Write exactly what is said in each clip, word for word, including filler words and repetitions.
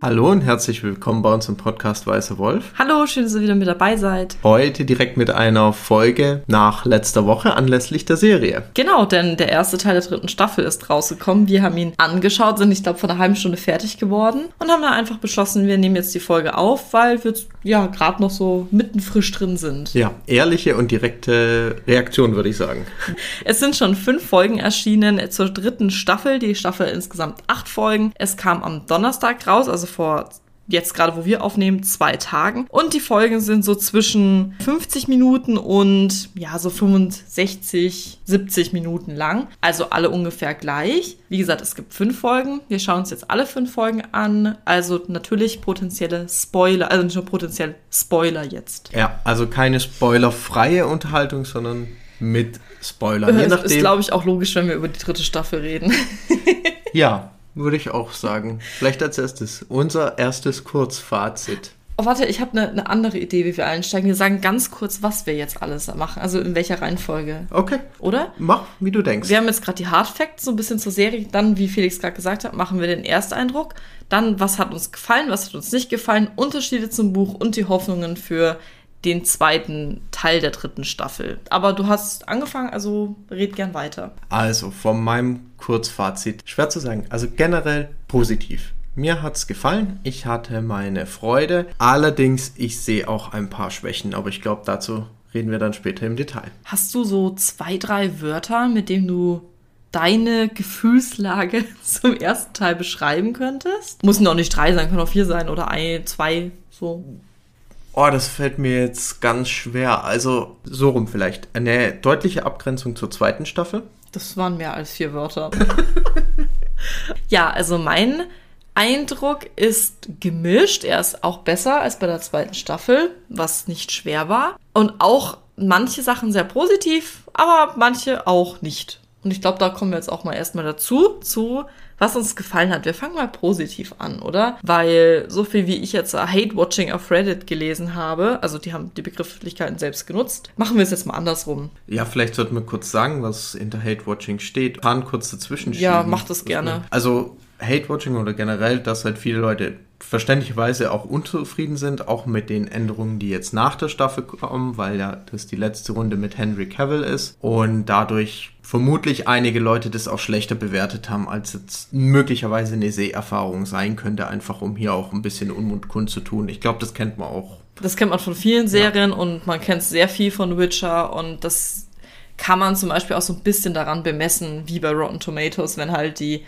Hallo und herzlich willkommen bei uns im Podcast Weißer Wolf. Hallo, schön, dass ihr wieder mit dabei seid. Heute direkt mit einer Folge nach letzter Woche anlässlich der Serie. Genau, denn der erste Teil der dritten Staffel ist rausgekommen. Wir haben ihn angeschaut, sind, ich glaube, vor einer halben Stunde fertig geworden und haben dann einfach beschlossen, wir nehmen jetzt die Folge auf, weil wir ja gerade noch so mitten frisch drin sind. Ja, ehrliche und direkte Reaktion, würde ich sagen. Es sind schon fünf Folgen erschienen zur dritten Staffel. Die Staffel insgesamt acht Folgen. Es kam am Donnerstag raus, also vor jetzt gerade, wo wir aufnehmen, zwei Tagen. Und die Folgen sind so zwischen fünfzig Minuten und ja, so fünfundsechzig, siebzig Minuten lang. Also alle ungefähr gleich. Wie gesagt, es gibt fünf Folgen. Wir schauen uns jetzt alle fünf Folgen an. Also natürlich potenzielle Spoiler, also nicht nur potenziell Spoiler jetzt. Ja, also keine spoilerfreie Unterhaltung, sondern mit Spoilern. Je Das nachdem. ist, glaube ich, auch logisch, wenn wir über die dritte Staffel reden. Ja, würde ich auch sagen. Vielleicht als erstes unser erstes Kurzfazit. Oh, warte, ich habe eine ne andere Idee, wie wir einsteigen. Wir sagen ganz kurz, was wir jetzt alles machen. Also in welcher Reihenfolge. Okay. Oder? Mach, wie du denkst. Wir haben jetzt gerade die Hard Facts so ein bisschen zur Serie. Dann, wie Felix gerade gesagt hat, machen wir den Ersteindruck. Dann, was hat uns gefallen, was hat uns nicht gefallen. Unterschiede zum Buch und die Hoffnungen für den zweiten Teil der dritten Staffel. Aber du hast angefangen, also red gern weiter. Also, von meinem Kurzfazit, schwer zu sagen, also generell positiv. Mir hat's gefallen, ich hatte meine Freude. Allerdings, ich sehe auch ein paar Schwächen, aber ich glaube, dazu reden wir dann später im Detail. Hast du so zwei, drei Wörter, mit denen du deine Gefühlslage zum ersten Teil beschreiben könntest? Muss noch nicht drei sein, können auch vier sein oder ein, zwei, so. Oh, das fällt mir jetzt ganz schwer. Also, so rum vielleicht. Eine deutliche Abgrenzung zur zweiten Staffel. Das waren mehr als vier Wörter. Ja, also mein Eindruck ist gemischt. Er ist auch besser als bei der zweiten Staffel, was nicht schwer war. Und auch manche Sachen sehr positiv, aber manche auch nicht. Und ich glaube, da kommen wir jetzt auch mal erstmal dazu, zu was uns gefallen hat. Wir fangen mal positiv an, oder? Weil so viel wie ich jetzt Hate-Watching auf Reddit gelesen habe, also die haben die Begrifflichkeiten selbst genutzt, machen wir es jetzt mal andersrum. Ja, vielleicht sollten wir kurz sagen, was hinter Hate-Watching steht. Kann kurz dazwischen schieben. Ja, mach das gerne. Also Hate-Watching oder generell, dass halt viele Leute verständlicherweise auch unzufrieden sind, auch mit den Änderungen, die jetzt nach der Staffel kommen, weil ja das die letzte Runde mit Henry Cavill ist und dadurch vermutlich einige Leute das auch schlechter bewertet haben, als jetzt möglicherweise eine Seherfahrung sein könnte, einfach um hier auch ein bisschen Unmut kundzutun. Ich glaube, das kennt man auch. Das kennt man von vielen Serien ja. Und man kennt sehr viel von Witcher und das kann man zum Beispiel auch so ein bisschen daran bemessen, wie bei Rotten Tomatoes, wenn halt die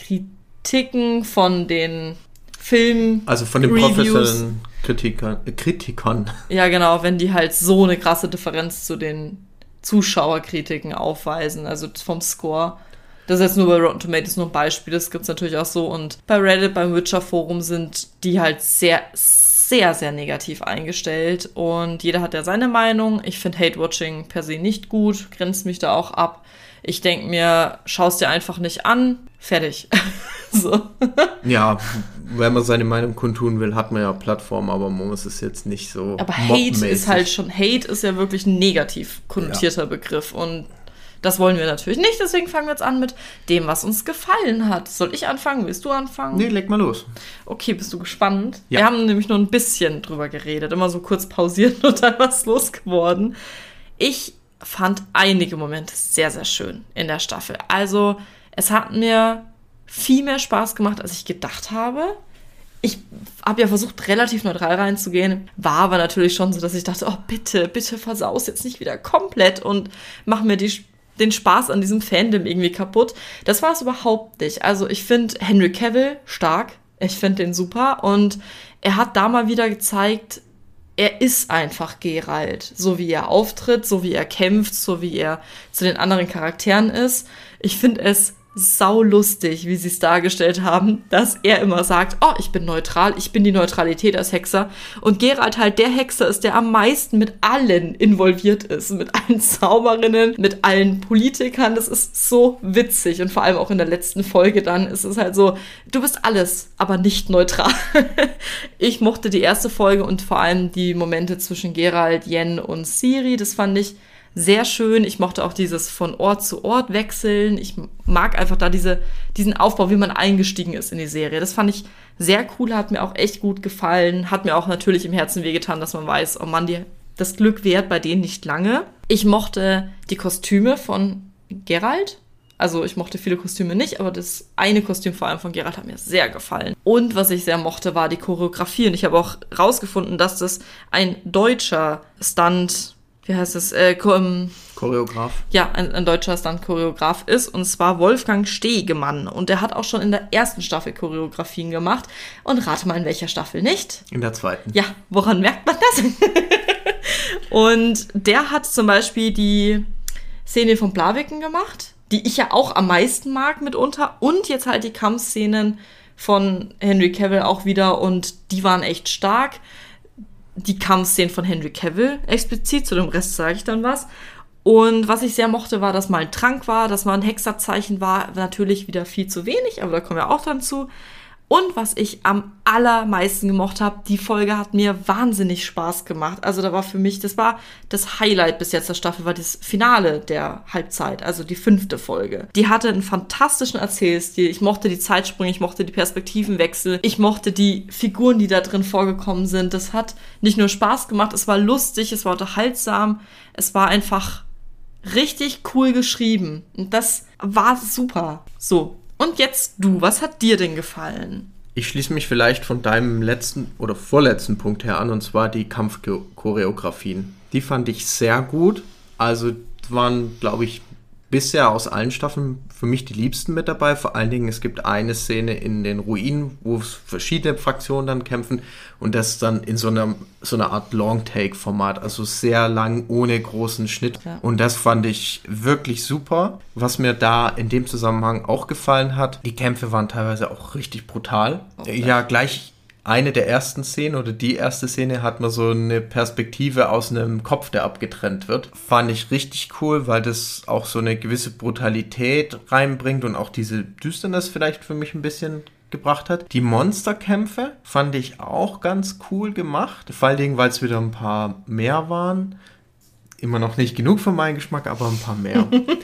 Kritiken von den Film, also von den Reviews, professionellen Kritikern, äh, Kritikern. Ja, genau, wenn die halt so eine krasse Differenz zu den Zuschauerkritiken aufweisen, also vom Score. Das ist jetzt nur bei Rotten Tomatoes nur ein Beispiel, das gibt's natürlich auch so. Und bei Reddit, beim Witcher-Forum sind die halt sehr, sehr, sehr negativ eingestellt. Und jeder hat ja seine Meinung. Ich finde Hate-Watching per se nicht gut, grenzt mich da auch ab. Ich denke mir, schau's dir einfach nicht an, fertig. So. Ja, wenn man seine Meinung kundtun will, hat man ja Plattform, aber man muss es jetzt nicht so aber Hate ist halt schon, Hate ist ja wirklich ein negativ konnotierter ja. Begriff und das wollen wir natürlich nicht, deswegen fangen wir jetzt an mit dem, was uns gefallen hat. Soll ich anfangen? Willst du anfangen? Nee, leg mal los. Okay, bist du gespannt? Ja. Wir haben nämlich nur ein bisschen drüber geredet, immer so kurz pausiert und dann was los geworden. Ich fand einige Momente sehr, sehr schön in der Staffel. Also, es hat mir viel mehr Spaß gemacht, als ich gedacht habe. Ich habe ja versucht, relativ neutral reinzugehen, war aber natürlich schon so, dass ich dachte, oh bitte, bitte versaus jetzt nicht wieder komplett und mach mir die, den Spaß an diesem Fandom irgendwie kaputt. Das war es überhaupt nicht. Also ich finde Henry Cavill stark, ich finde den super und er hat da mal wieder gezeigt, er ist einfach Geralt, so wie er auftritt, so wie er kämpft, so wie er zu den anderen Charakteren ist. Ich finde es saulustig, wie sie es dargestellt haben, dass er immer sagt, oh, ich bin neutral, ich bin die Neutralität als Hexer. Und Geralt halt der Hexer ist, der am meisten mit allen involviert ist, mit allen Zauberinnen, mit allen Politikern. Das ist so witzig und vor allem auch in der letzten Folge dann ist es halt so, du bist alles, aber nicht neutral. Ich mochte die erste Folge und vor allem die Momente zwischen Geralt, Yen und Ciri, das fand ich sehr schön. Ich mochte auch dieses von Ort zu Ort wechseln. Ich mag einfach da diese, diesen Aufbau, wie man eingestiegen ist in die Serie. Das fand ich sehr cool, hat mir auch echt gut gefallen. Hat mir auch natürlich im Herzen wehgetan, dass man weiß, oh Mann, die, das Glück währt bei denen nicht lange. Ich mochte die Kostüme von Geralt. Also ich mochte viele Kostüme nicht, aber das eine Kostüm vor allem von Geralt hat mir sehr gefallen. Und was ich sehr mochte, war die Choreografie. Und ich habe auch rausgefunden, dass das ein deutscher Stunt, wie heißt das, äh, Ko- Choreograf. Ja, ein, ein deutscher Stunt-Choreograf ist. Und zwar Wolfgang Stegemann. Und der hat auch schon in der ersten Staffel Choreografien gemacht. Und rate mal, in welcher Staffel nicht? In der zweiten. Ja, woran merkt man das? Und der hat zum Beispiel die Szene von Blaviken gemacht, die ich ja auch am meisten mag mitunter. Und jetzt halt die Kampfszenen von Henry Cavill auch wieder. Und die waren echt stark. Die Kampfszenen von Henry Cavill explizit, zu dem Rest sage ich dann was. Und was ich sehr mochte, war, dass mal ein Trank war, dass mal ein Hexerzeichen war. Natürlich wieder viel zu wenig, aber da kommen wir auch dann zu. Und was ich am allermeisten gemocht habe, die Folge hat mir wahnsinnig Spaß gemacht. Also da war für mich, das war das Highlight bis jetzt der Staffel, war das Finale der Halbzeit, also die fünfte Folge. Die hatte einen fantastischen Erzählstil. Ich mochte die Zeitsprünge, ich mochte die Perspektivenwechsel, ich mochte die Figuren, die da drin vorgekommen sind. Das hat nicht nur Spaß gemacht, es war lustig, es war unterhaltsam, es war einfach richtig cool geschrieben. Und das war super. So. Und jetzt du, was hat dir denn gefallen? Ich schließe mich vielleicht von deinem letzten oder vorletzten Punkt her an, und zwar die Kampfchoreografien. Die fand ich sehr gut. Also waren, glaube ich, bisher aus allen Staffeln für mich die liebsten mit dabei. Vor allen Dingen, es gibt eine Szene in den Ruinen, wo verschiedene Fraktionen dann kämpfen und das dann in so einer, so einer Art Long-Take-Format, also sehr lang, ohne großen Schnitt. Ja. Und das fand ich wirklich super. Was mir da in dem Zusammenhang auch gefallen hat, die Kämpfe waren teilweise auch richtig brutal. Okay. Ja, gleich eine der ersten Szenen oder die erste Szene hat man so eine Perspektive aus einem Kopf, der abgetrennt wird. Fand ich richtig cool, weil das auch so eine gewisse Brutalität reinbringt und auch diese Düsternis vielleicht für mich ein bisschen gebracht hat. Die Monsterkämpfe fand ich auch ganz cool gemacht. Vor allen Dingen, weil es wieder ein paar mehr waren. Immer noch nicht genug für meinen Geschmack, aber ein paar mehr.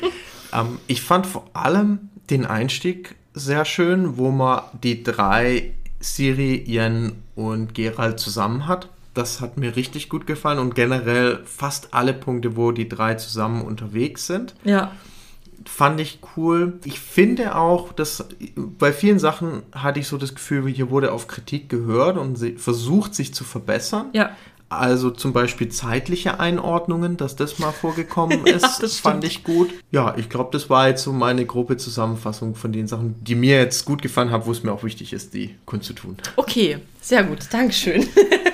ähm, ich fand vor allem den Einstieg sehr schön, wo man die drei Ciri, Yen und Geralt zusammen hat. Das hat mir richtig gut gefallen und generell fast alle Punkte, wo die drei zusammen unterwegs sind. Ja. Fand ich cool. Ich finde auch, dass bei vielen Sachen hatte ich so das Gefühl, hier wurde auf Kritik gehört und sie versucht, sich zu verbessern. Ja. Also zum Beispiel zeitliche Einordnungen, dass das mal vorgekommen ist, ja, das fand ich gut. Ja, ich glaube, das war jetzt so meine grobe Zusammenfassung von den Sachen, die mir jetzt gut gefallen haben, wo es mir auch wichtig ist, die kundzutun. Okay, sehr gut, Dankeschön.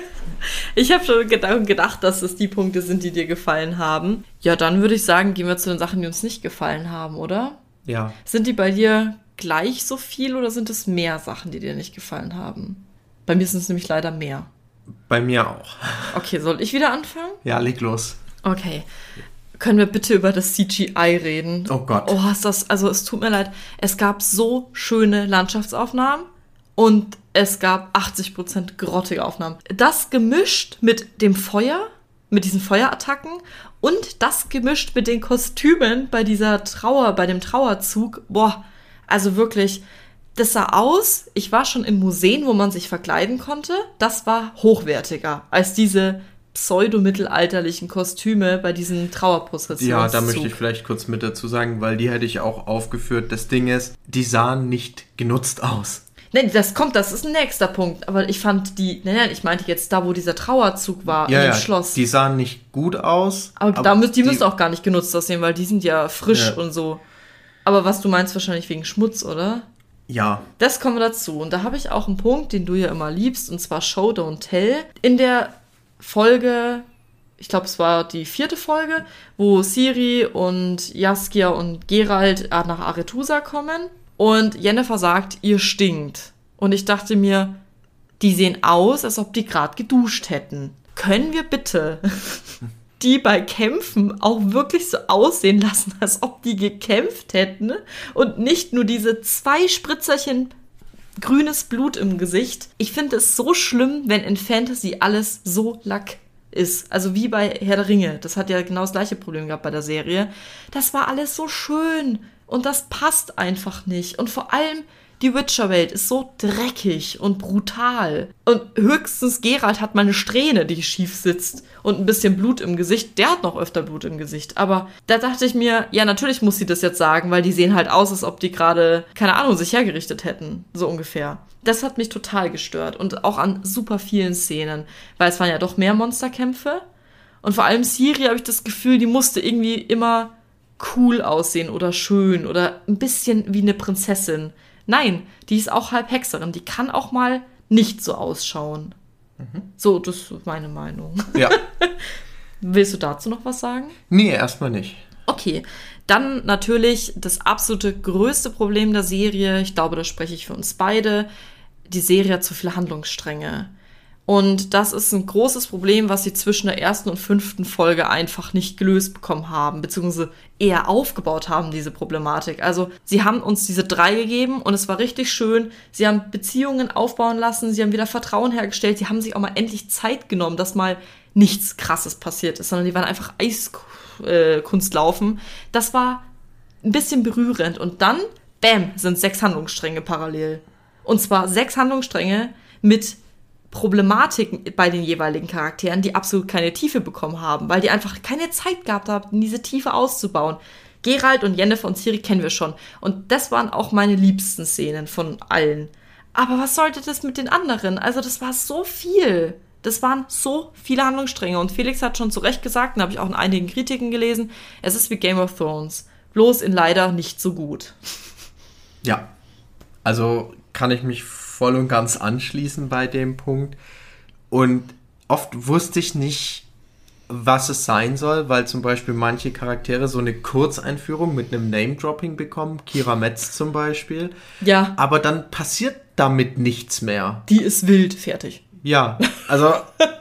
Ich habe schon gedacht, dass es die Punkte sind, die dir gefallen haben. Ja, dann würde ich sagen, gehen wir zu den Sachen, die uns nicht gefallen haben, oder? Ja. Sind die bei dir gleich so viel oder sind es mehr Sachen, die dir nicht gefallen haben? Bei mir sind es nämlich leider mehr. Bei mir auch. Okay, soll ich wieder anfangen? Ja, leg los. Okay. Können wir bitte über das C G I reden? Oh Gott. Oh, ist das, also es tut mir leid. Es gab so schöne Landschaftsaufnahmen und es gab achtzig Prozent grottige Aufnahmen. Das gemischt mit dem Feuer, mit diesen Feuerattacken und das gemischt mit den Kostümen bei dieser Trauer, bei dem Trauerzug. Boah, also wirklich... Das sah aus, ich war schon in Museen, wo man sich verkleiden konnte. Das war hochwertiger als diese pseudo-mittelalterlichen Kostüme bei diesen Trauerprozessionen. Ja, da möchte ich vielleicht kurz mit dazu sagen, weil die hätte ich auch aufgeführt. Das Ding ist, die sahen nicht genutzt aus. Nein, das kommt, das ist ein nächster Punkt. Aber ich fand die, nein, nein, ich meinte jetzt da, wo dieser Trauerzug war, ja, in dem ja, Schloss. Die sahen nicht gut aus. Aber, aber da müsst, die, die müssen auch gar nicht genutzt aussehen, weil die sind ja frisch ja. und so. Aber was du meinst, wahrscheinlich wegen Schmutz, oder? Ja. Das kommen wir dazu. Und da habe ich auch einen Punkt, den du ja immer liebst, und zwar Show, Don't Tell. In der Folge, ich glaube, es war die vierte Folge, wo Ciri und Jaskier und Geralt nach Aretusa kommen und Yennefer sagt, ihr stinkt. Und ich dachte mir, die sehen aus, als ob die gerade geduscht hätten. Können wir bitte... die bei Kämpfen auch wirklich so aussehen lassen, als ob die gekämpft hätten und nicht nur diese zwei Spritzerchen grünes Blut im Gesicht. Ich finde es so schlimm, wenn in Fantasy alles so ist. Also wie bei Herr der Ringe. Das hat ja genau das gleiche Problem gehabt bei der Serie. Das war alles so schön und das passt einfach nicht. Und vor allem die Witcher-Welt ist so dreckig und brutal. Und höchstens Geralt hat mal eine Strähne, die schief sitzt und ein bisschen Blut im Gesicht. Der hat noch öfter Blut im Gesicht. Aber da dachte ich mir, ja, natürlich muss sie das jetzt sagen, weil die sehen halt aus, als ob die gerade, keine Ahnung, sich hergerichtet hätten. So ungefähr. Das hat mich total gestört. Und auch an super vielen Szenen. Weil es waren ja doch mehr Monsterkämpfe. Und vor allem Ciri habe ich das Gefühl, die musste irgendwie immer cool aussehen oder schön oder ein bisschen wie eine Prinzessin. Nein, die ist auch halb Hexerin. Die kann auch mal nicht so ausschauen. Mhm. So, das ist meine Meinung. Ja. Willst du dazu noch was sagen? Nee, erstmal nicht. Okay, dann natürlich das absolute größte Problem der Serie. Ich glaube, da spreche ich für uns beide. Die Serie hat zu viele Handlungsstränge. Und das ist ein großes Problem, was sie zwischen der ersten und fünften Folge einfach nicht gelöst bekommen haben, beziehungsweise eher aufgebaut haben, diese Problematik. Also sie haben uns diese drei gegeben und es war richtig schön. Sie haben Beziehungen aufbauen lassen, sie haben wieder Vertrauen hergestellt, sie haben sich auch mal endlich Zeit genommen, dass mal nichts Krasses passiert ist, sondern die waren einfach Eiskunst laufen. Das war ein bisschen berührend und dann, bam, sind sechs Handlungsstränge parallel. Und zwar sechs Handlungsstränge mit Problematiken bei den jeweiligen Charakteren, die absolut keine Tiefe bekommen haben, weil die einfach keine Zeit gehabt haben, diese Tiefe auszubauen. Geralt und Yennefer und Ciri kennen wir schon. Und das waren auch meine liebsten Szenen von allen. Aber was sollte das mit den anderen? Also das war so viel. Das waren so viele Handlungsstränge. Und Felix hat schon zu Recht gesagt, und habe ich auch in einigen Kritiken gelesen, es ist wie Game of Thrones. Bloß in leider nicht so gut. Ja, also kann ich mich voll und ganz anschließen bei dem Punkt. Und oft wusste ich nicht, was es sein soll, weil zum Beispiel manche Charaktere so eine Kurzeinführung mit einem Name-Dropping bekommen, Kira Metz zum Beispiel. Ja. Aber dann passiert damit nichts mehr. Die ist wild, fertig. Ja, also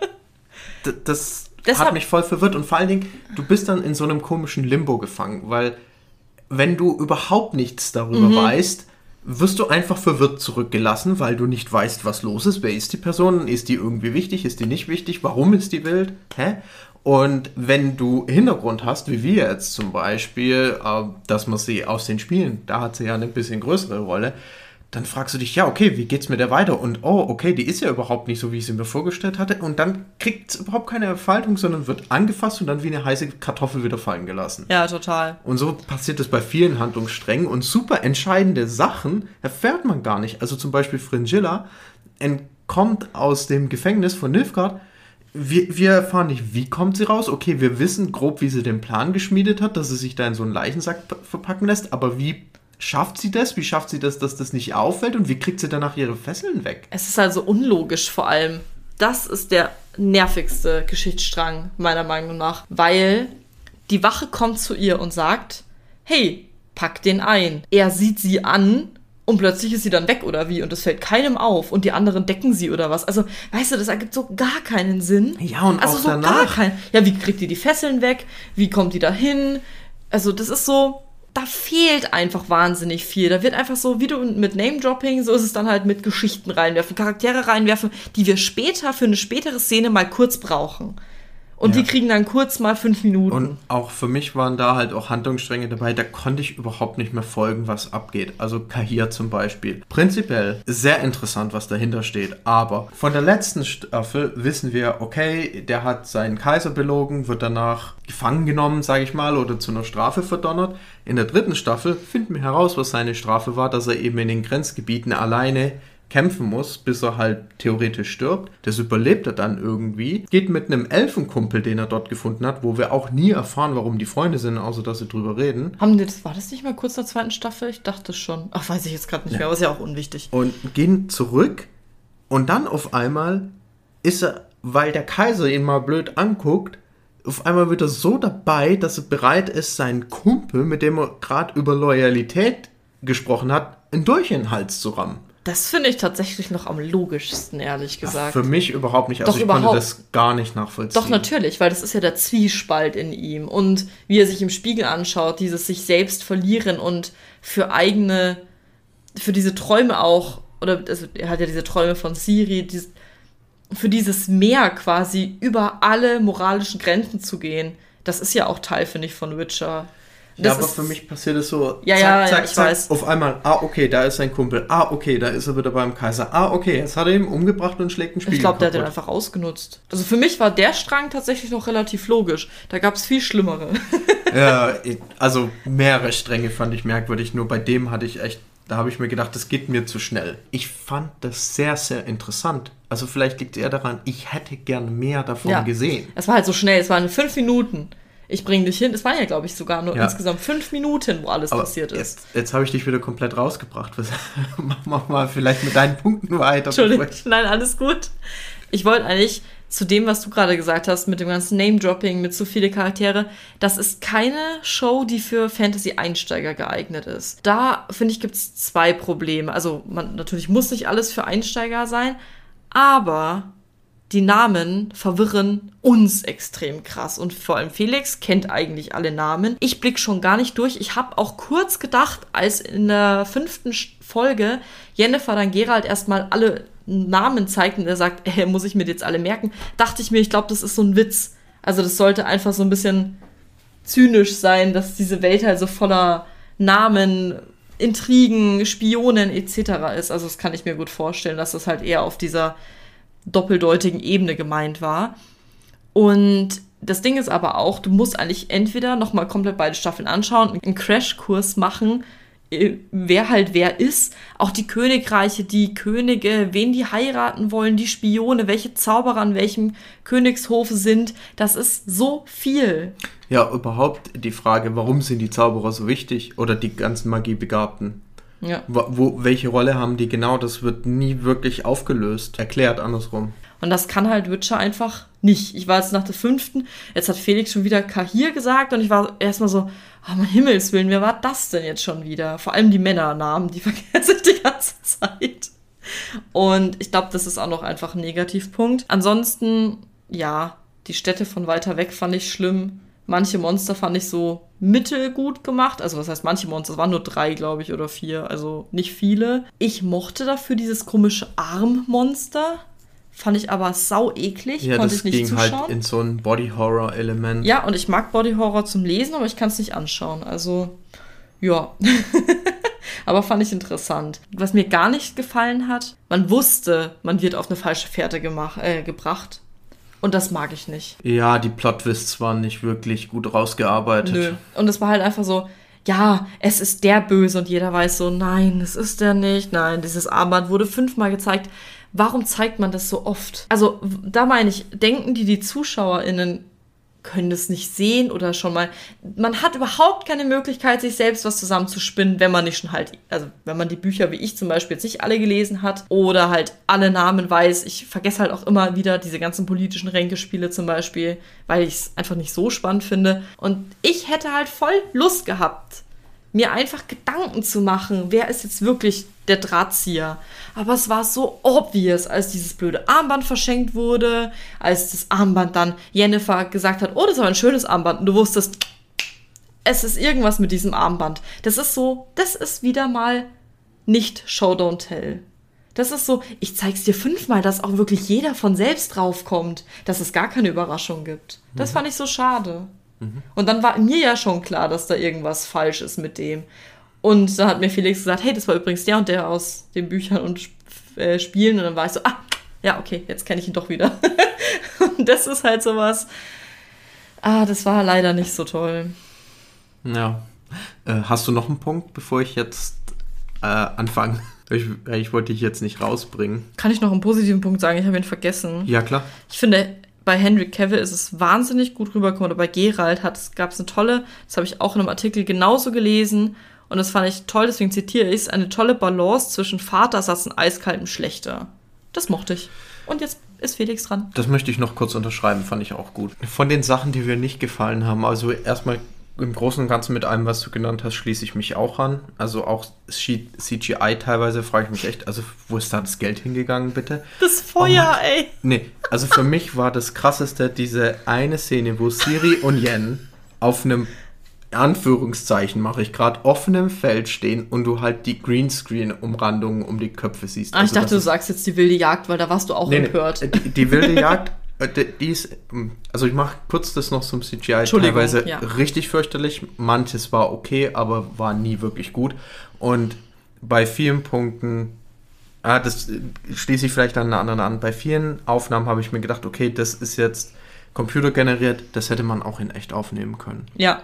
d- das Deshalb hat mich voll verwirrt. Und vor allen Dingen, du bist dann in so einem komischen Limbo gefangen, weil wenn du überhaupt nichts darüber mhm. weißt, wirst du einfach verwirrt zurückgelassen, weil du nicht weißt, was los ist. Wer ist die Person? Ist die irgendwie wichtig? Ist die nicht wichtig? Warum ist die wild? Hä? Und wenn du Hintergrund hast, wie wir jetzt zum Beispiel, äh, dass man sie aus den Spielen, da hat sie ja eine bisschen größere Rolle, dann fragst du dich, ja, okay, wie geht's mit der weiter? Und oh, okay, die ist ja überhaupt nicht so, wie ich sie mir vorgestellt hatte. Und dann kriegt es überhaupt keine Entfaltung, sondern wird angefasst und dann wie eine heiße Kartoffel wieder fallen gelassen. Ja, total. Und so passiert es bei vielen Handlungssträngen. Und super entscheidende Sachen erfährt man gar nicht. Also zum Beispiel Fringilla entkommt aus dem Gefängnis von Nilfgaard. Wir, wir erfahren nicht, wie kommt sie raus. Okay, wir wissen grob, wie sie den Plan geschmiedet hat, dass sie sich da in so einen Leichensack p- verpacken lässt. Aber wie schafft sie das? Wie schafft sie das, dass das nicht auffällt? Und wie kriegt sie danach ihre Fesseln weg? Es ist also unlogisch vor allem. Das ist der nervigste Geschichtsstrang, meiner Meinung nach. Weil die Wache kommt zu ihr und sagt, hey, pack den ein. Er sieht sie an und plötzlich ist sie dann weg oder wie? Und das fällt keinem auf. Und die anderen decken sie oder was? Also, weißt du, das ergibt so gar keinen Sinn. Ja, und also auch so danach. Gar kein, ja, wie kriegt die die Fesseln weg? Wie kommt die da hin? Also, das ist so... Da fehlt einfach wahnsinnig viel. Da wird einfach so, wie du mit Name-Dropping, so ist es dann halt mit Geschichten reinwerfen, Charaktere reinwerfen, die wir später für eine spätere Szene mal kurz brauchen. Und ja. Die kriegen dann kurz mal fünf Minuten. Und auch für mich waren da halt auch Handlungsstränge dabei, da konnte ich überhaupt nicht mehr folgen, was abgeht. Also Kahir zum Beispiel. Prinzipiell sehr interessant, was dahinter steht. Aber von der letzten Staffel wissen wir, okay, der hat seinen Kaiser belogen, wird danach gefangen genommen, sage ich mal, oder zu einer Strafe verdonnert. In der dritten Staffel finden wir heraus, was seine Strafe war, dass er eben in den Grenzgebieten alleine kämpfen muss, bis er halt theoretisch stirbt. Das überlebt er dann irgendwie. Geht mit einem Elfenkumpel, den er dort gefunden hat, wo wir auch nie erfahren, warum die Freunde sind, außer dass sie drüber reden. Haben die das, war das nicht mal kurz in der zweiten Staffel? Ich dachte schon. Ach, weiß ich jetzt gerade nicht ja. mehr, aber ist ja auch unwichtig. Und gehen zurück und dann auf einmal ist er, weil der Kaiser ihn mal blöd anguckt, auf einmal wird er so dabei, dass er bereit ist, seinen Kumpel, mit dem er gerade über Loyalität gesprochen hat, einen Dolch in den Hals zu rammen. Das finde ich tatsächlich noch am logischsten, ehrlich gesagt. Für mich überhaupt nicht. Also Doch, ich überhaupt. konnte das gar nicht nachvollziehen. Doch, natürlich, weil das ist ja der Zwiespalt in ihm. Und wie er sich im Spiegel anschaut, dieses sich selbst verlieren und für eigene, für diese Träume auch, oder also er hat ja diese Träume von Ciri, dieses, für dieses Mehr quasi über alle moralischen Grenzen zu gehen, das ist ja auch Teil, finde ich, von Witcher. Das ja, aber ist, für mich passiert es so, ja, zack, ja, zack, ja, ich zack, weiß. auf einmal, ah, okay, da ist sein Kumpel, ah, okay, da ist er wieder beim Kaiser, ah, okay, jetzt hat er ihn umgebracht und schlägt einen Spiegel Ich glaube, der hat den kaputt. einfach ausgenutzt. Also für mich war der Strang tatsächlich noch relativ logisch. Da gab es viel Schlimmere. Ja, also mehrere Stränge fand ich merkwürdig, nur bei dem hatte ich echt, da habe ich mir gedacht, das geht mir zu schnell. Ich fand das sehr, sehr interessant. Also vielleicht liegt es eher daran, ich hätte gern mehr davon Ja. gesehen. Es war halt so schnell, es waren fünf Minuten. Ich bringe dich hin. Es waren ja, glaube ich, sogar nur Ja. insgesamt fünf Minuten, wo alles Aber passiert ist. Jetzt, jetzt habe ich dich wieder komplett rausgebracht. Was, mach, mach mal vielleicht mit deinen Punkten weiter. Entschuldigung, nein, alles gut. Ich wollte eigentlich zu dem, was du gerade gesagt hast, mit dem ganzen Name-Dropping, mit so viele Charaktere, das ist keine Show, die für Fantasy-Einsteiger geeignet ist. Da, finde ich, gibt es zwei Probleme. Also, man, natürlich muss nicht alles für Einsteiger sein, aber die Namen verwirren uns extrem krass. Und vor allem Felix kennt eigentlich alle Namen. Ich blick schon gar nicht durch. Ich habe auch kurz gedacht, als in der fünften Folge Yennefer dann Geralt erstmal alle Namen zeigt und er sagt, ey, muss ich mir die jetzt alle merken, dachte ich mir, ich glaube, das ist so ein Witz. Also das sollte einfach so ein bisschen zynisch sein, dass diese Welt halt so voller Namen, Intrigen, Spionen et cetera ist. Also das kann ich mir gut vorstellen, dass das halt eher auf dieser doppeldeutigen Ebene gemeint war. Und das Ding ist aber auch, du musst eigentlich entweder nochmal komplett beide Staffeln anschauen, einen Crashkurs machen, wer halt wer ist, auch die Königreiche, die Könige, wen die heiraten wollen, die Spione, welche Zauberer an welchem Königshof sind, das ist so viel. Ja, überhaupt die Frage, warum sind die Zauberer so wichtig oder die ganzen Magiebegabten? Ja. Wo, wo, welche Rolle haben die genau? Das wird nie wirklich aufgelöst, erklärt andersrum. Und das kann halt Witcher einfach nicht. Ich war jetzt nach der fünften, jetzt hat Felix schon wieder Kahir gesagt und ich war erstmal so, oh mein Himmels Willen, wer war das denn jetzt schon wieder? Vor allem die Männernamen, die vergesse ich die ganze Zeit. Und ich glaube, das ist auch noch einfach ein Negativpunkt. Ansonsten, ja, die Städte von weiter weg fand ich schlimm. Manche Monster fand ich so mittelgut gemacht. Also was heißt manche Monster? Es waren nur drei, glaube ich, oder vier. Also nicht viele. Ich mochte dafür dieses komische Armmonster. Fand ich aber sau eklig. Ja, konnte das ich nicht ging zuschauen. halt in so ein Body-Horror-Element. Ja, und ich mag Body-Horror zum Lesen, aber ich kann es nicht anschauen. Also, ja. Aber fand ich interessant. Was mir gar nicht gefallen hat, man wusste, man wird auf eine falsche Fährte gemacht, äh, gebracht. Und das mag ich nicht. Ja, die Plot-Twists waren nicht wirklich gut rausgearbeitet. Nö. Und es war halt einfach so, ja, es ist der Böse und jeder weiß so, nein, es ist der nicht. Nein, dieses Armband wurde fünfmal gezeigt. Warum zeigt man das so oft? Also, da meine ich, denken die, die ZuschauerInnen können das nicht sehen oder schon mal, man hat überhaupt keine Möglichkeit, sich selbst was zusammenzuspinnen, wenn man nicht schon halt, also wenn man die Bücher, wie ich zum Beispiel, jetzt nicht alle gelesen hat oder halt alle Namen weiß. Ich vergesse halt auch immer wieder diese ganzen politischen Ränkespiele zum Beispiel, weil ich es einfach nicht so spannend finde. Und ich hätte halt voll Lust gehabt, mir einfach Gedanken zu machen, wer ist jetzt wirklich der Drahtzieher. Aber es war so obvious, als dieses blöde Armband verschenkt wurde, als das Armband dann Yennefer gesagt hat, oh, das war ein schönes Armband. Und du wusstest, es ist irgendwas mit diesem Armband. Das ist so, das ist wieder mal nicht Show, don't tell. Das ist so, ich zeig's dir fünfmal, dass auch wirklich jeder von selbst draufkommt, dass es gar keine Überraschung gibt. Das fand ich so schade. Mhm. Und dann war mir ja schon klar, dass da irgendwas falsch ist mit dem. Und dann hat mir Felix gesagt, hey, das war übrigens der und der aus den Büchern und äh, Spielen. Und dann war ich so, ah, ja, okay, jetzt kenne ich ihn doch wieder. Und das ist halt sowas, ah, das war leider nicht so toll. Ja. Äh, hast du noch einen Punkt, bevor ich jetzt äh, anfange? Ich, ich wollte dich jetzt nicht rausbringen. Kann ich noch einen positiven Punkt sagen? Ich habe ihn vergessen. Ja, klar. Ich finde, bei Henry Cavill ist es wahnsinnig gut rübergekommen. Oder bei Geralt gab es eine tolle, das habe ich auch in einem Artikel genauso gelesen. Und das fand ich toll, deswegen zitiere ich es, eine tolle Balance zwischen Vatersatz und eiskaltem Schlechter. Das mochte ich. Und jetzt ist Felix dran. Das möchte ich noch kurz unterschreiben, fand ich auch gut. Von den Sachen, die mir nicht gefallen haben, also erstmal im Großen und Ganzen mit allem, was du genannt hast, schließe ich mich auch an. Also auch C G I teilweise frage ich mich echt, also wo ist da das Geld hingegangen, bitte? Das Feuer, oh ey. Nee, also für mich war das Krasseste diese eine Szene, wo Ciri und Yen auf einem Anführungszeichen mache ich gerade, offenem Feld stehen und du halt die Greenscreen-Umrandungen um die Köpfe siehst. Ah, also ich dachte, du sagst jetzt die wilde Jagd, weil da warst du auch nee, empört. Nee, die, die wilde Jagd, die, die ist, also ich mache kurz das noch zum C G I, teilweise ja. richtig fürchterlich. Manches war okay, aber war nie wirklich gut. Und bei vielen Punkten, ah, das schließe ich vielleicht an einen anderen an, bei vielen Aufnahmen habe ich mir gedacht, okay, das ist jetzt computergeneriert, das hätte man auch in echt aufnehmen können. Ja.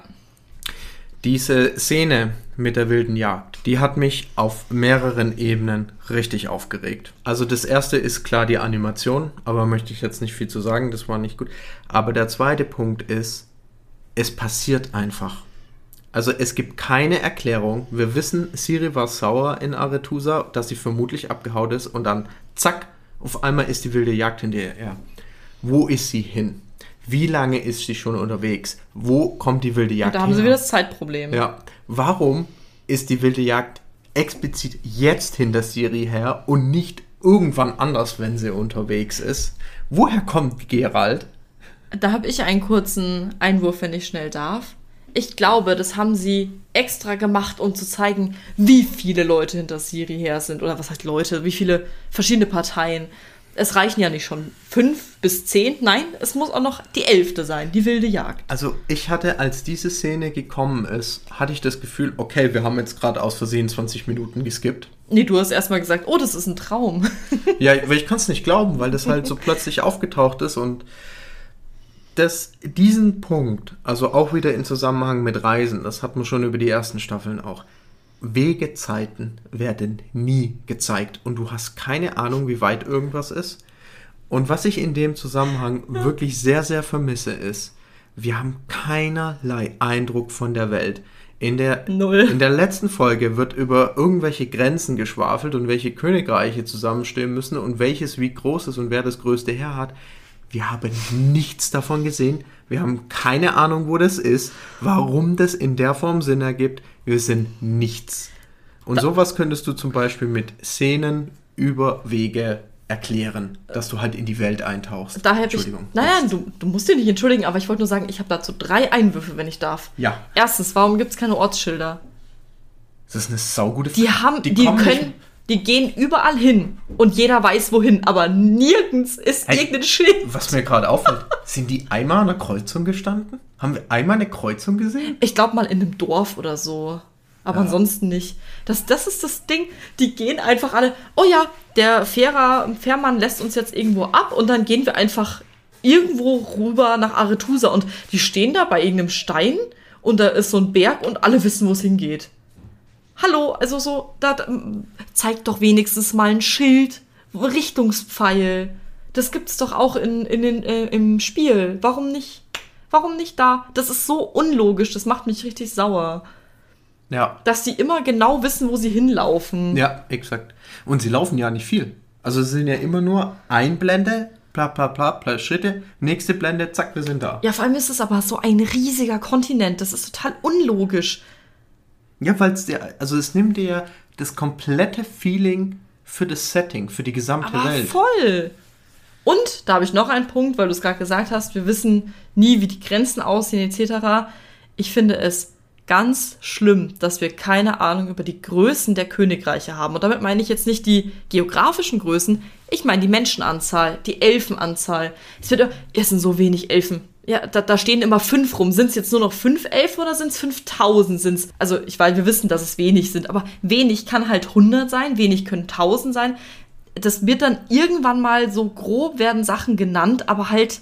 Diese Szene mit der wilden Jagd, die hat mich auf mehreren Ebenen richtig aufgeregt. Also das erste ist klar die Animation, aber möchte ich jetzt nicht viel zu sagen, das war nicht gut. Aber der zweite Punkt ist, es passiert einfach. Also es gibt keine Erklärung. Wir wissen, Ciri war sauer in Aretusa, dass sie vermutlich abgehauen ist und dann zack, auf einmal ist die wilde Jagd hinterher. Wo ist sie hin? Wie lange ist sie schon unterwegs? Wo kommt die wilde Jagd her? Da haben her? sie wieder das Zeitproblem. Ja. Warum ist die wilde Jagd explizit jetzt hinter Ciri her und nicht irgendwann anders, wenn sie unterwegs ist? Woher kommt Geralt? Da habe ich einen kurzen Einwurf, wenn ich schnell darf. Ich glaube, das haben sie extra gemacht, um zu zeigen, wie viele Leute hinter Ciri her sind. Oder was heißt Leute? Wie viele verschiedene Parteien. Es reichen ja nicht schon fünf bis zehn. Nein, es muss auch noch die elfte sein, die wilde Jagd. Also ich hatte, als diese Szene gekommen ist, hatte ich das Gefühl, okay, wir haben jetzt gerade aus Versehen zwanzig Minuten geskippt. Nee, du hast erstmal gesagt, oh, das ist ein Traum. Ja, weil ich kann es nicht glauben, weil das halt so plötzlich aufgetaucht ist und das, diesen Punkt, also auch wieder in Zusammenhang mit Reisen, das hat man schon über die ersten Staffeln auch, Wegezeiten werden nie gezeigt und du hast keine Ahnung, wie weit irgendwas ist. Und was ich in dem Zusammenhang ja. wirklich sehr, sehr vermisse, ist, wir haben keinerlei Eindruck von der Welt. In der, Null. in der letzten Folge wird über irgendwelche Grenzen geschwafelt und welche Königreiche zusammenstehen müssen und welches wie groß ist und wer das größte Heer hat. Wir haben nichts davon gesehen. Wir haben keine Ahnung, wo das ist, warum das in der Form Sinn ergibt. Wir sind nichts. Und da, sowas könntest du zum Beispiel mit Szenen über Wege erklären, dass du halt in die Welt eintauchst. Da Entschuldigung. Ich, naja, du, du musst dich nicht entschuldigen, aber ich wollte nur sagen, ich habe dazu drei Einwürfe, wenn ich darf. Ja. Erstens, warum gibt es keine Ortsschilder? Das ist eine saugute Frage. Die haben, die, die können... Die gehen überall hin und jeder weiß wohin, aber nirgends ist hey, irgendein Schild. Was mir gerade auffällt, sind die einmal an einer Kreuzung gestanden? Haben wir einmal eine Kreuzung gesehen? Ich glaube mal in einem Dorf oder so, aber ja. ansonsten nicht. Das, das ist das Ding, die gehen einfach alle, oh ja, der Fährer, Fährmann lässt uns jetzt irgendwo ab und dann gehen wir einfach irgendwo rüber nach Aretusa und die stehen da bei irgendeinem Stein und da ist so ein Berg und alle wissen, wo es hingeht. Hallo, also so, da, zeigt doch wenigstens mal ein Schild, Richtungspfeil. Das gibt's doch auch in, in den, äh, im Spiel. Warum nicht? Warum nicht da? Das ist so unlogisch, das macht mich richtig sauer. Ja. Dass die immer genau wissen, wo sie hinlaufen. Ja, exakt. Und sie laufen ja nicht viel. Also es sind ja immer nur Einblende, bla bla bla, bla Schritte, nächste Blende, zack, wir sind da. Ja, vor allem ist es aber so ein riesiger Kontinent, das ist total unlogisch. Ja, weil es dir, also es nimmt dir das komplette Feeling für das Setting, für die gesamte aber Welt. Voll. Und da habe ich noch einen Punkt, weil du es gerade gesagt hast, wir wissen nie, wie die Grenzen aussehen et cetera. Ich finde es ganz schlimm, dass wir keine Ahnung über die Größen der Königreiche haben. Und damit meine ich jetzt nicht die geografischen Größen, ich meine die Menschenanzahl, die Elfenanzahl. Es wird, es sind so wenig Elfen. Ja, da, da stehen immer fünf rum. Sind es jetzt nur noch fünf Elfen oder sind es fünftausend? Sind's, also ich weiß, wir wissen, dass es wenig sind, aber wenig kann halt hundert sein, wenig können tausend sein. Das wird dann irgendwann mal so grob werden Sachen genannt, aber halt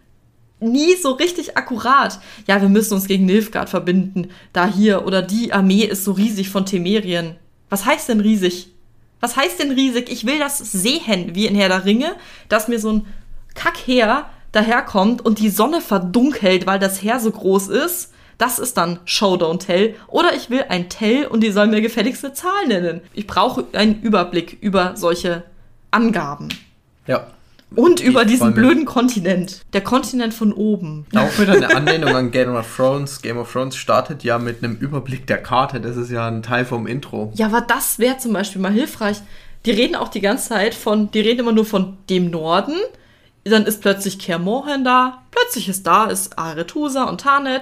nie so richtig akkurat. Ja, wir müssen uns gegen Nilfgaard verbinden. Da hier oder die Armee ist so riesig von Temerien. Was heißt denn riesig? Was heißt denn riesig? Ich will das sehen, wie in Herr der Ringe, dass mir so ein Kackheer daherkommt und die Sonne verdunkelt, weil das Heer so groß ist. Das ist dann Show Don't Tell. Oder ich will ein Tell und die sollen mir gefälligst eine Zahl nennen. Ich brauche einen Überblick über solche Angaben. Ja. Und über diesen blöden Kontinent. Der Kontinent von oben. Auch wieder eine Anlehnung an Game of Thrones. Game of Thrones startet ja mit einem Überblick der Karte. Das ist ja ein Teil vom Intro. Ja, aber das wäre zum Beispiel mal hilfreich. Die reden auch die ganze Zeit von, die reden immer nur von dem Norden. Dann ist plötzlich Kaer Morhen da. Plötzlich ist da, ist Aretusa und Tarnet.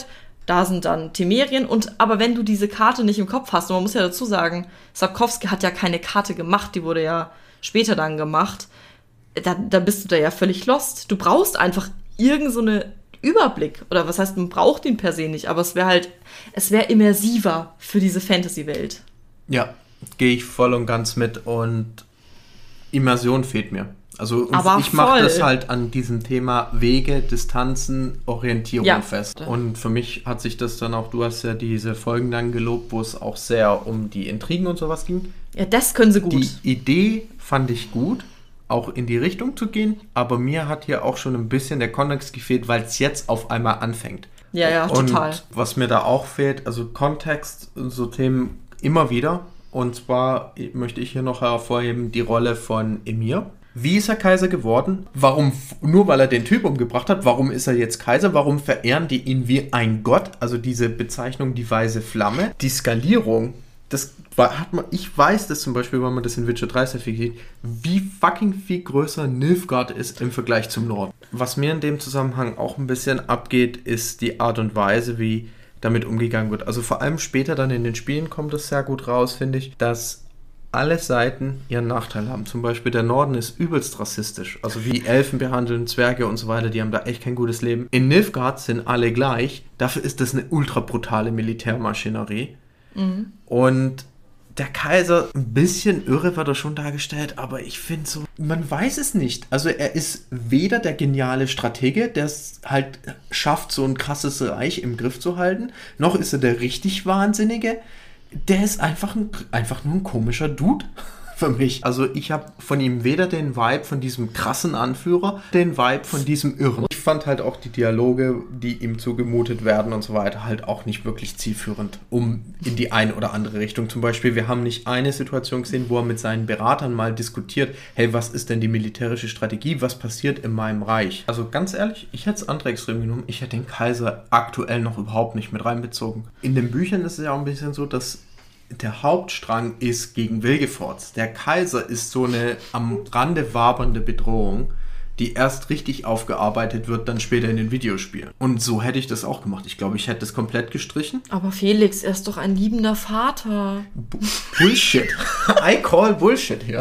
da sind dann Temerien. Und aber wenn du diese Karte nicht im Kopf hast, und man muss ja dazu sagen, Sapkowski hat ja keine Karte gemacht, die wurde ja später dann gemacht, da, da bist du da ja völlig lost. Du brauchst einfach irgend so eine Überblick. Oder was heißt, man braucht ihn per se nicht, aber es wäre halt, es wäre immersiver für diese Fantasy-Welt. Ja, gehe ich voll und ganz mit und Immersion fehlt mir. Also Aber ich mache voll. das halt an diesem Thema Wege, Distanzen, Orientierung Ja. fest. Und für mich hat sich das dann auch, du hast ja diese Folgen dann gelobt, wo es auch sehr um die Intrigen und sowas ging. Ja, das können sie gut. Die Idee fand ich gut, auch in die Richtung zu gehen, aber mir hat hier auch schon ein bisschen der Kontext gefehlt, weil es jetzt auf einmal anfängt. Ja, ja, und total. Was mir da auch fehlt, also Kontext, so Themen immer wieder. Und zwar möchte ich hier noch hervorheben die Rolle von Emir. Wie ist er Kaiser geworden? Warum, nur weil er den Typ umgebracht hat, warum ist er jetzt Kaiser? Warum verehren die ihn wie ein Gott? Also diese Bezeichnung, die weiße Flamme. Die Skalierung, das war, hat man, ich weiß das zum Beispiel, wenn man das in Witcher drei sehr viel sieht, wie fucking viel größer Nilfgaard ist im Vergleich zum Norden. Was mir in dem Zusammenhang auch ein bisschen abgeht, ist die Art und Weise, wie damit umgegangen wird. Also vor allem später dann in den Spielen kommt das sehr gut raus, finde ich, dass alle Seiten ihren Nachteil haben. Zum Beispiel der Norden ist übelst rassistisch. Also wie Elfen behandeln, Zwerge und so weiter, die haben da echt kein gutes Leben. In Nilfgaard sind alle gleich. Dafür ist das eine ultra brutale Militärmaschinerie. Mhm. Und der Kaiser, ein bisschen irre wird er schon dargestellt, aber ich finde so, man weiß es nicht. Also er ist weder der geniale Stratege, der es halt schafft, so ein krasses Reich im Griff zu halten, noch ist er der richtig Wahnsinnige. Der ist einfach, ein, einfach nur ein komischer Dude für mich. Also ich habe von ihm weder den Vibe von diesem krassen Anführer, den Vibe von diesem Irren. Ich fand halt auch die Dialoge, die ihm zugemutet werden und so weiter, halt auch nicht wirklich zielführend, um in die eine oder andere Richtung. Zum Beispiel, wir haben nicht eine Situation gesehen, wo er mit seinen Beratern mal diskutiert, hey, was ist denn die militärische Strategie, was passiert in meinem Reich? Also ganz ehrlich, ich hätte es andere Extrem genommen, ich hätte den Kaiser aktuell noch überhaupt nicht mit reinbezogen. In den Büchern ist es ja auch ein bisschen so, dass der Hauptstrang ist gegen Wilgefortz. Der Kaiser ist so eine am Rande wabernde Bedrohung, die erst richtig aufgearbeitet wird, dann später in den Videospielen. Und so hätte ich das auch gemacht. Ich glaube, ich hätte das komplett gestrichen. Aber Felix, er ist doch ein liebender Vater. B- Bullshit. I call Bullshit hier.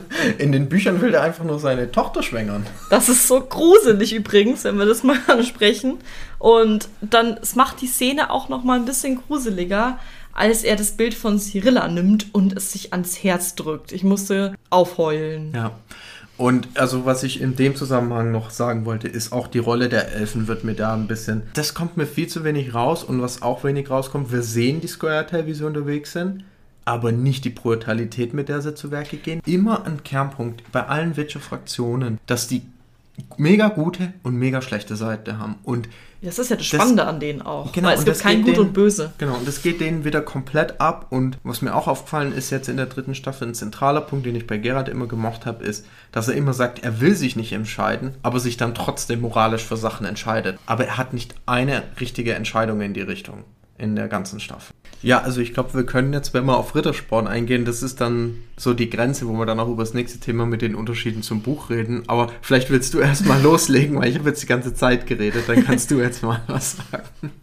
In den Büchern will er einfach nur seine Tochter schwängern. Das ist so gruselig übrigens, wenn wir das mal ansprechen. Und dann, es macht die Szene auch noch mal ein bisschen gruseliger, als er das Bild von Cyrilla nimmt und es sich ans Herz drückt. Ich musste aufheulen. Ja. Und also was ich in dem Zusammenhang noch sagen wollte, ist auch die Rolle der Elfen wird mir da ein bisschen, das kommt mir viel zu wenig raus und was auch wenig rauskommt, wir sehen die Squire-Teil, wie sie unterwegs sind, aber nicht die Brutalität, mit der sie zu Werke gehen. Immer ein Kernpunkt bei allen Witcher-Fraktionen, dass die mega gute und mega schlechte Seite haben. Und das ist ja das Spannende das, an denen auch. Genau, weil es und gibt kein Gut denen, und Böse. Genau, und das geht denen wieder komplett ab. Und was mir auch aufgefallen ist jetzt in der dritten Staffel, ein zentraler Punkt, den ich bei Geralt immer gemocht habe, ist, dass er immer sagt, er will sich nicht entscheiden, aber sich dann trotzdem moralisch für Sachen entscheidet. Aber er hat nicht eine richtige Entscheidung in die Richtung in der ganzen Staffel. Ja, also ich glaube, wir können jetzt, wenn wir auf Rittersporn eingehen, das ist dann so die Grenze, wo wir dann auch über das nächste Thema mit den Unterschieden zum Buch reden. Aber vielleicht willst du erst mal loslegen, weil ich habe jetzt die ganze Zeit geredet. Dann kannst du jetzt mal was sagen.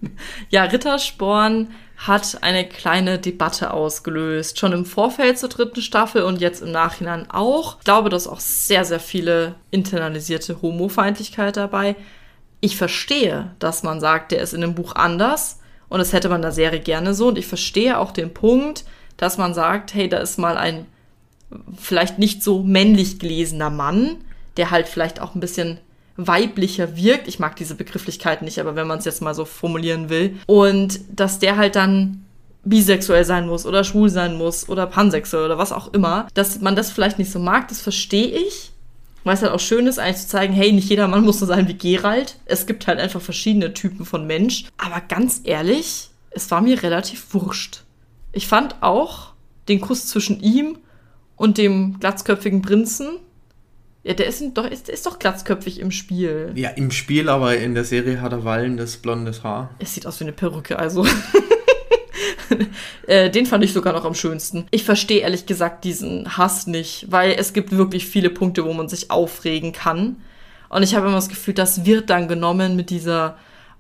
Ja, Rittersporn hat eine kleine Debatte ausgelöst. Schon im Vorfeld zur dritten Staffel und jetzt im Nachhinein auch. Ich glaube, da ist auch sehr, sehr viele internalisierte Homofeindlichkeit dabei. Ich verstehe, dass man sagt, der ist in dem Buch anders. Und das hätte man in der Serie gerne so. Und ich verstehe auch den Punkt, dass man sagt, hey, da ist mal ein vielleicht nicht so männlich gelesener Mann, der halt vielleicht auch ein bisschen weiblicher wirkt. Ich mag diese Begrifflichkeit nicht, aber wenn man es jetzt mal so formulieren will. Und dass der halt dann bisexuell sein muss oder schwul sein muss oder pansexuell oder was auch immer. Dass man das vielleicht nicht so mag, das verstehe ich. Weil es halt auch schön ist, eigentlich zu zeigen, hey, nicht jeder Mann muss so sein wie Geralt. Es gibt halt einfach verschiedene Typen von Mensch. Aber ganz ehrlich, es war mir relativ wurscht. Ich fand auch den Kuss zwischen ihm und dem glatzköpfigen Prinzen, ja, der ist doch, ist, ist doch glatzköpfig im Spiel. Ja, im Spiel, aber in der Serie hat er wallendes, blondes Haar. Es sieht aus wie eine Perücke, also... Den fand ich sogar noch am schönsten. Ich verstehe ehrlich gesagt diesen Hass nicht, weil es gibt wirklich viele Punkte, wo man sich aufregen kann. Und ich habe immer das Gefühl, das wird dann genommen mit dieser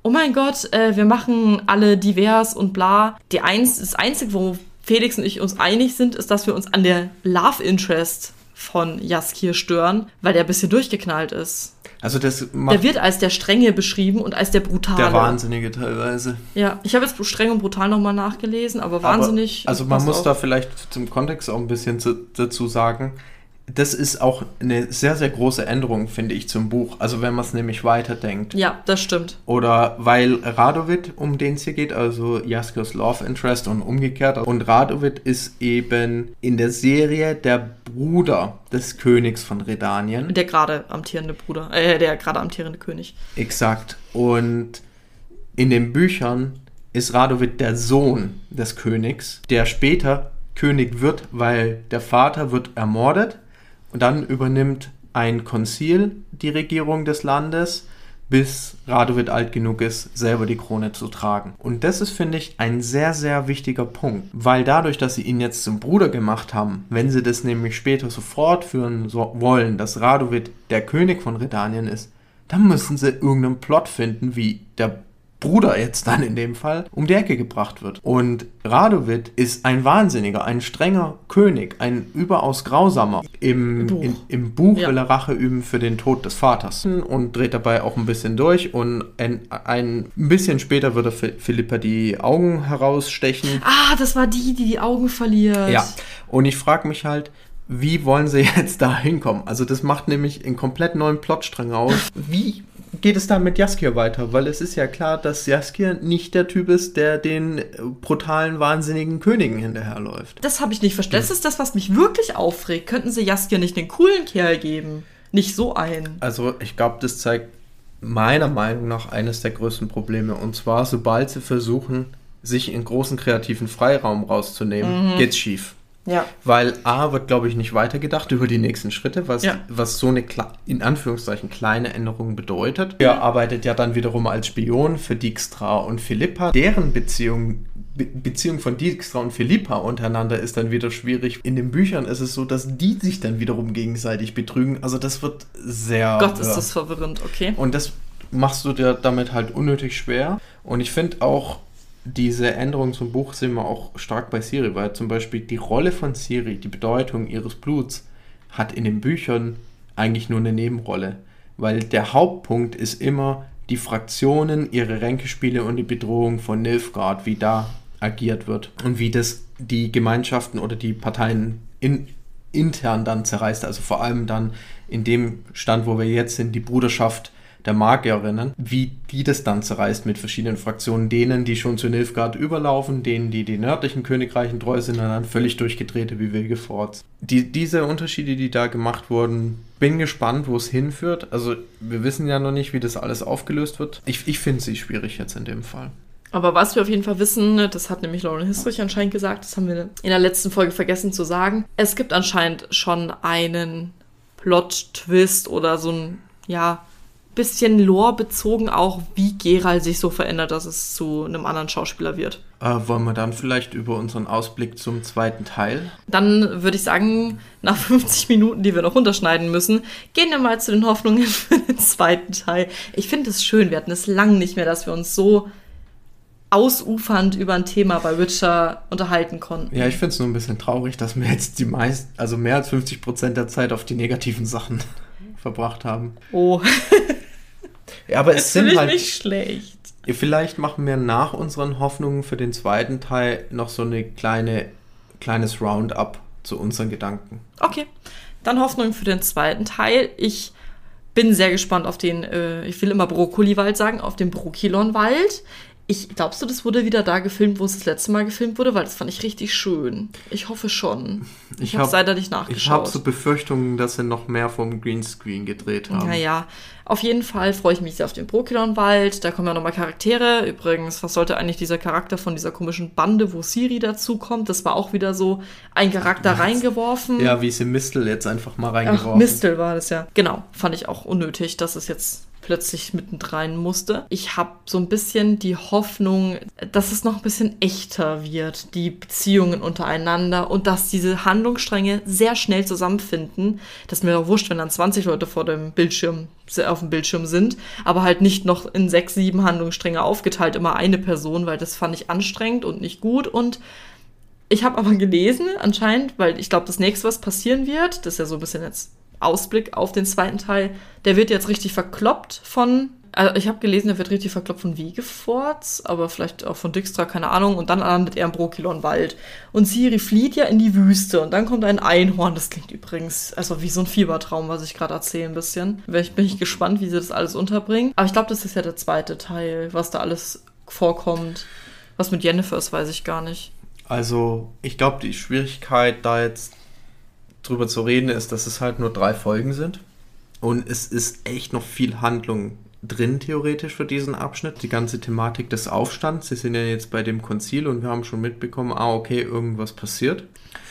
oh mein Gott, äh, wir machen alle divers und bla. Die eins, das Einzige, wo Felix und ich uns einig sind, ist, dass wir uns an der Love Interest von Jaskier stören, weil der ein bisschen durchgeknallt ist. Also das macht der wird als der Strenge beschrieben und als der Brutale. Der Wahnsinnige teilweise. Ja, ich habe jetzt Streng und Brutal nochmal nachgelesen, aber wahnsinnig. Aber, also man muss auf. da vielleicht zum Kontext auch ein bisschen zu, dazu sagen, das ist auch eine sehr, sehr große Änderung, finde ich, zum Buch. Also wenn man es nämlich weiterdenkt. Ja, das stimmt. Oder weil Radovid, um den es hier geht, also Jaskiers Love Interest und umgekehrt. Und Radovid ist eben in der Serie der Bruder des Königs von Redanien. Der gerade amtierende Bruder, äh, der gerade amtierende König. Exakt. Und in den Büchern ist Radovid der Sohn des Königs, der später König wird, weil der Vater wird ermordet. Und dann übernimmt ein Konzil die Regierung des Landes, bis Radovid alt genug ist, selber die Krone zu tragen. Und das ist, finde ich, ein sehr, sehr wichtiger Punkt. Weil dadurch, dass sie ihn jetzt zum Bruder gemacht haben, wenn sie das nämlich später so fortführen so wollen, dass Radovid der König von Redanien ist, dann müssen sie irgendeinen Plot finden, wie der Bruder jetzt dann in dem Fall, um die Ecke gebracht wird. Und Radovid ist ein Wahnsinniger, ein strenger König, ein überaus grausamer. Im Buch, in, im Buch ja. will er Rache üben für den Tod des Vaters und dreht dabei auch ein bisschen durch. Und ein, ein bisschen später wird er Philippa die Augen herausstechen. Ah, das war die, die die Augen verliert. Ja, und ich frage mich halt, wie wollen sie jetzt da hinkommen? Also das macht nämlich einen komplett neuen Plotstrang aus. Wie geht es dann mit Jaskier weiter? Weil es ist ja klar, dass Jaskier nicht der Typ ist, der den brutalen, wahnsinnigen Königen hinterherläuft. Das habe ich nicht verstanden. Das ist das, was mich wirklich aufregt. Könnten sie Jaskier nicht einen coolen Kerl geben? Nicht so einen. Also ich glaube, das zeigt meiner Meinung nach eines der größten Probleme. Und zwar, sobald sie versuchen, sich in großen kreativen Freiraum rauszunehmen, mhm. geht's schief. Ja. Weil A, wird, glaube ich, nicht weitergedacht über die nächsten Schritte, was, ja. was so eine, in Anführungszeichen, kleine Änderung bedeutet. Er arbeitet ja dann wiederum als Spion für Dijkstra und Philippa. Deren Beziehung, Be- Beziehung von Dijkstra und Philippa untereinander ist dann wieder schwierig. In den Büchern ist es so, dass die sich dann wiederum gegenseitig betrügen. Also das wird sehr... Gott, ist das verwirrend, okay. Und das machst du dir damit halt unnötig schwer. Und ich finde auch, diese Änderung zum Buch sehen wir auch stark bei Ciri, weil zum Beispiel die Rolle von Ciri, die Bedeutung ihres Bluts, hat in den Büchern eigentlich nur eine Nebenrolle. Weil der Hauptpunkt ist immer die Fraktionen, ihre Ränkespiele und die Bedrohung von Nilfgaard, wie da agiert wird. Und wie das die Gemeinschaften oder die Parteien in, intern dann zerreißt. Also vor allem dann in dem Stand, wo wir jetzt sind, die Bruderschaft der Magierinnen, wie die das dann zerreißt mit verschiedenen Fraktionen, denen, die schon zu Nilfgaard überlaufen, denen, die den nördlichen Königreichen treu sind, und dann völlig durchgedrehte wie wilde Forts. Die, diese Unterschiede, die da gemacht wurden, bin gespannt, wo es hinführt. Also wir wissen ja noch nicht, wie das alles aufgelöst wird. Ich, ich finde sie schwierig jetzt in dem Fall. Aber was wir auf jeden Fall wissen, das hat nämlich Lauren Hissrich anscheinend gesagt, das haben wir in der letzten Folge vergessen zu sagen, es gibt anscheinend schon einen Plot-Twist oder so ein, ja, bisschen Lore bezogen auch, wie Geralt sich so verändert, dass es zu einem anderen Schauspieler wird. Äh, wollen wir dann vielleicht über unseren Ausblick zum zweiten Teil? Dann würde ich sagen, nach fünfzig Minuten, die wir noch runterschneiden müssen, gehen wir mal zu den Hoffnungen für den zweiten Teil. Ich finde es schön, wir hatten es lang nicht mehr, dass wir uns so ausufernd über ein Thema bei Witcher unterhalten konnten. Ja, ich finde es nur ein bisschen traurig, dass wir jetzt die meisten, also mehr als fünfzig Prozent der Zeit auf die negativen Sachen verbracht haben. Oh. Ja, aber es sind halt nicht schlecht. Vielleicht machen wir nach unseren Hoffnungen für den zweiten Teil noch so eine kleine kleines Roundup zu unseren Gedanken. Okay, dann Hoffnungen für den zweiten Teil. Ich bin sehr gespannt auf den, äh, ich will immer Brokkoliwald sagen, auf den Brokilonwald. Ich, glaubst du, das wurde wieder da gefilmt, wo es das letzte Mal gefilmt wurde? Weil das fand ich richtig schön. Ich hoffe schon. Ich, ich habe leider nicht nachgeschaut. Ich habe so Befürchtungen, dass sie noch mehr vom Greenscreen gedreht haben. Naja, auf jeden Fall freue ich mich sehr auf den Brokilonwald. Da kommen ja nochmal Charaktere. Übrigens, was sollte eigentlich dieser Charakter von dieser komischen Bande, wo Ciri dazukommt? Das war auch wieder so ein Charakter Ach, reingeworfen. Ja, wie sie Mistel jetzt einfach mal reingeworfen. Ach, Mistel war das ja. Genau, fand ich auch unnötig, dass es jetzt plötzlich mittendrin musste. Ich habe so ein bisschen die Hoffnung, dass es noch ein bisschen echter wird, die Beziehungen untereinander und dass diese Handlungsstränge sehr schnell zusammenfinden. Das ist mir doch wurscht, wenn dann zwanzig Leute vor dem Bildschirm, auf dem Bildschirm sind, aber halt nicht noch in sechs, sieben Handlungsstränge aufgeteilt, immer eine Person, weil das fand ich anstrengend und nicht gut. Und ich habe aber gelesen, anscheinend, weil ich glaube, das nächste, was passieren wird, das ist ja so ein bisschen jetzt Ausblick auf den zweiten Teil, der wird jetzt richtig verkloppt von, also ich habe gelesen, der wird richtig verkloppt von Vigeforts, aber vielleicht auch von Dijkstra, keine Ahnung, und dann landet er im Brokilon-Wald. Und Ciri flieht ja in die Wüste und dann kommt ein Einhorn, das klingt übrigens also wie so ein Fiebertraum, was ich gerade erzähle ein bisschen. Ich bin ich gespannt, wie sie das alles unterbringen. Aber ich glaube, das ist ja der zweite Teil, was da alles vorkommt. Was mit Yennefer ist, weiß ich gar nicht. Also, ich glaube, die Schwierigkeit, da jetzt drüber zu reden, ist, dass es halt nur drei Folgen sind. Und es ist echt noch viel Handlung drin, theoretisch, für diesen Abschnitt. Die ganze Thematik des Aufstands. Sie sind ja jetzt bei dem Konzil und wir haben schon mitbekommen, ah, okay, irgendwas passiert.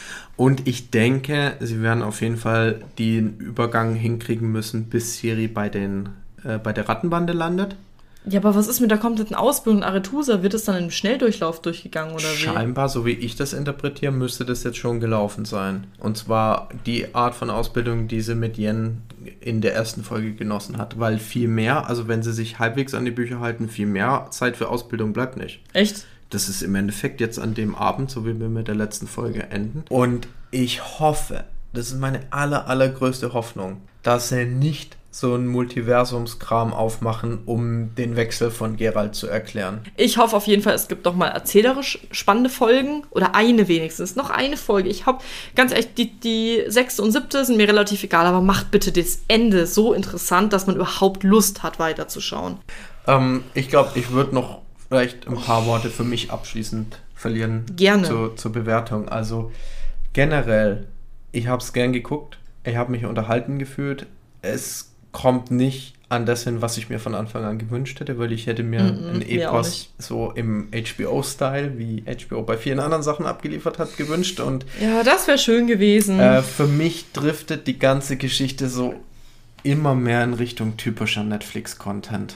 Und ich denke, sie werden auf jeden Fall den Übergang hinkriegen müssen, bis Ciri bei, den, äh, bei der Rattenbande landet. Ja, aber was ist mit der kompletten Ausbildung in Aretusa? Wird es dann im Schnelldurchlauf durchgegangen oder wie? Scheinbar, so wie ich das interpretiere, müsste das jetzt schon gelaufen sein. Und zwar die Art von Ausbildung, die sie mit Yen in der ersten Folge genossen hat. Weil viel mehr, also wenn sie sich halbwegs an die Bücher halten, viel mehr Zeit für Ausbildung bleibt nicht. Echt? Das ist im Endeffekt jetzt an dem Abend, so wie wir mit der letzten Folge enden. Und ich hoffe, das ist meine aller, allergrößte Hoffnung, dass er nicht so ein Multiversumskram aufmachen, um den Wechsel von Geralt zu erklären. Ich hoffe auf jeden Fall, es gibt noch mal erzählerisch spannende Folgen. Oder eine wenigstens. Noch eine Folge. Ich hoffe, ganz ehrlich, die, die sechste und siebte sind mir relativ egal, aber macht bitte das Ende so interessant, dass man überhaupt Lust hat, weiterzuschauen. Ähm, ich glaube, ich würde noch vielleicht ein paar Worte für mich abschließend verlieren. Gerne. Zu, zur Bewertung. Also generell, ich habe es gern geguckt. Ich habe mich unterhalten gefühlt. Es kommt nicht an das hin, was ich mir von Anfang an gewünscht hätte, weil ich hätte mir mm-mm, ein Epos so im H B O-Style, wie H B O bei vielen anderen Sachen abgeliefert hat, gewünscht. Und ja, das wäre schön gewesen. Äh, für mich driftet die ganze Geschichte so immer mehr in Richtung typischer Netflix-Content.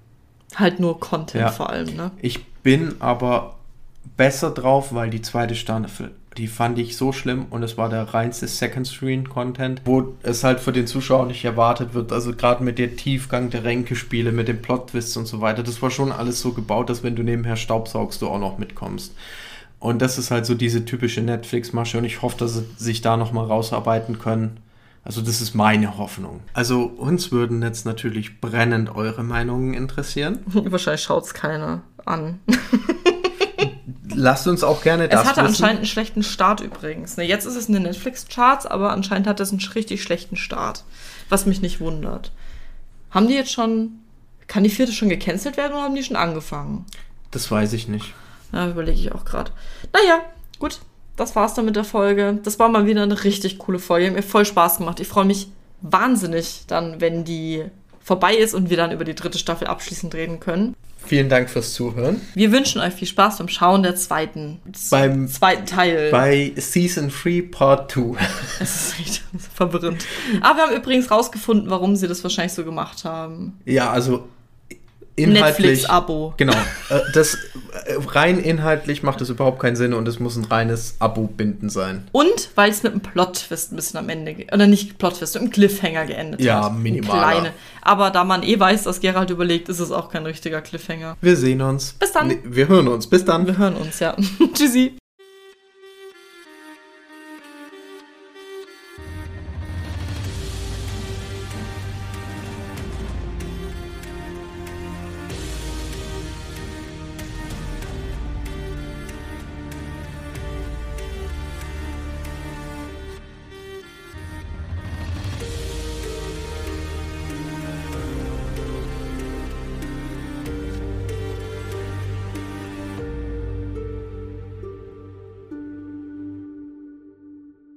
Halt nur Content ja. vor allem, ne? Ich bin aber besser drauf, weil die zweite Staffel, die fand ich so schlimm und es war der reinste Second-Screen-Content, wo es halt für den Zuschauer nicht erwartet wird, also gerade mit der Tiefgang der Ränkespiele, mit den Plot-Twists und so weiter, das war schon alles so gebaut, dass wenn du nebenher staubsaugst, du auch noch mitkommst. Und das ist halt so diese typische Netflix-Masche und ich hoffe, dass sie sich da nochmal rausarbeiten können. Also das ist meine Hoffnung. Also uns würden jetzt natürlich brennend eure Meinungen interessieren. Wahrscheinlich schaut es keiner an. Lasst uns auch gerne das Es hatte wissen. anscheinend einen schlechten Start übrigens. Ne, jetzt ist es in den Netflix-Charts, aber anscheinend hat es einen richtig schlechten Start. Was mich nicht wundert. Haben die jetzt schon... Kann die vierte schon gecancelt werden oder haben die schon angefangen? Das weiß ich nicht. Ja, überlege ich auch gerade. Naja, gut. Das war's dann mit der Folge. Das war mal wieder eine richtig coole Folge. Hat mir voll Spaß gemacht. Ich freue mich wahnsinnig dann, wenn die vorbei ist und wir dann über die dritte Staffel abschließend reden können. Vielen Dank fürs Zuhören. Wir wünschen euch viel Spaß beim Schauen der zweiten, Beim zweiten Teil. Bei Season drei Part zwei. Das ist echt verwirrend. Aber wir haben übrigens rausgefunden, warum sie das wahrscheinlich so gemacht haben. Ja, also inhaltlich. Netflix-Abo. Genau. Das rein inhaltlich macht das überhaupt keinen Sinn und es muss ein reines Abo-Binden sein. Und weil es mit einem Plot-Twist ein bisschen am Ende, ge- oder nicht Plot-Twist, mit einem Cliffhanger geendet ja, hat. Ja, minimal. Kleine. Aber da man eh weiß, dass Geralt überlegt, ist es auch kein richtiger Cliffhanger. Wir sehen uns. Bis dann. Nee, wir hören uns. Bis dann. Wir hören uns, ja. Tschüssi.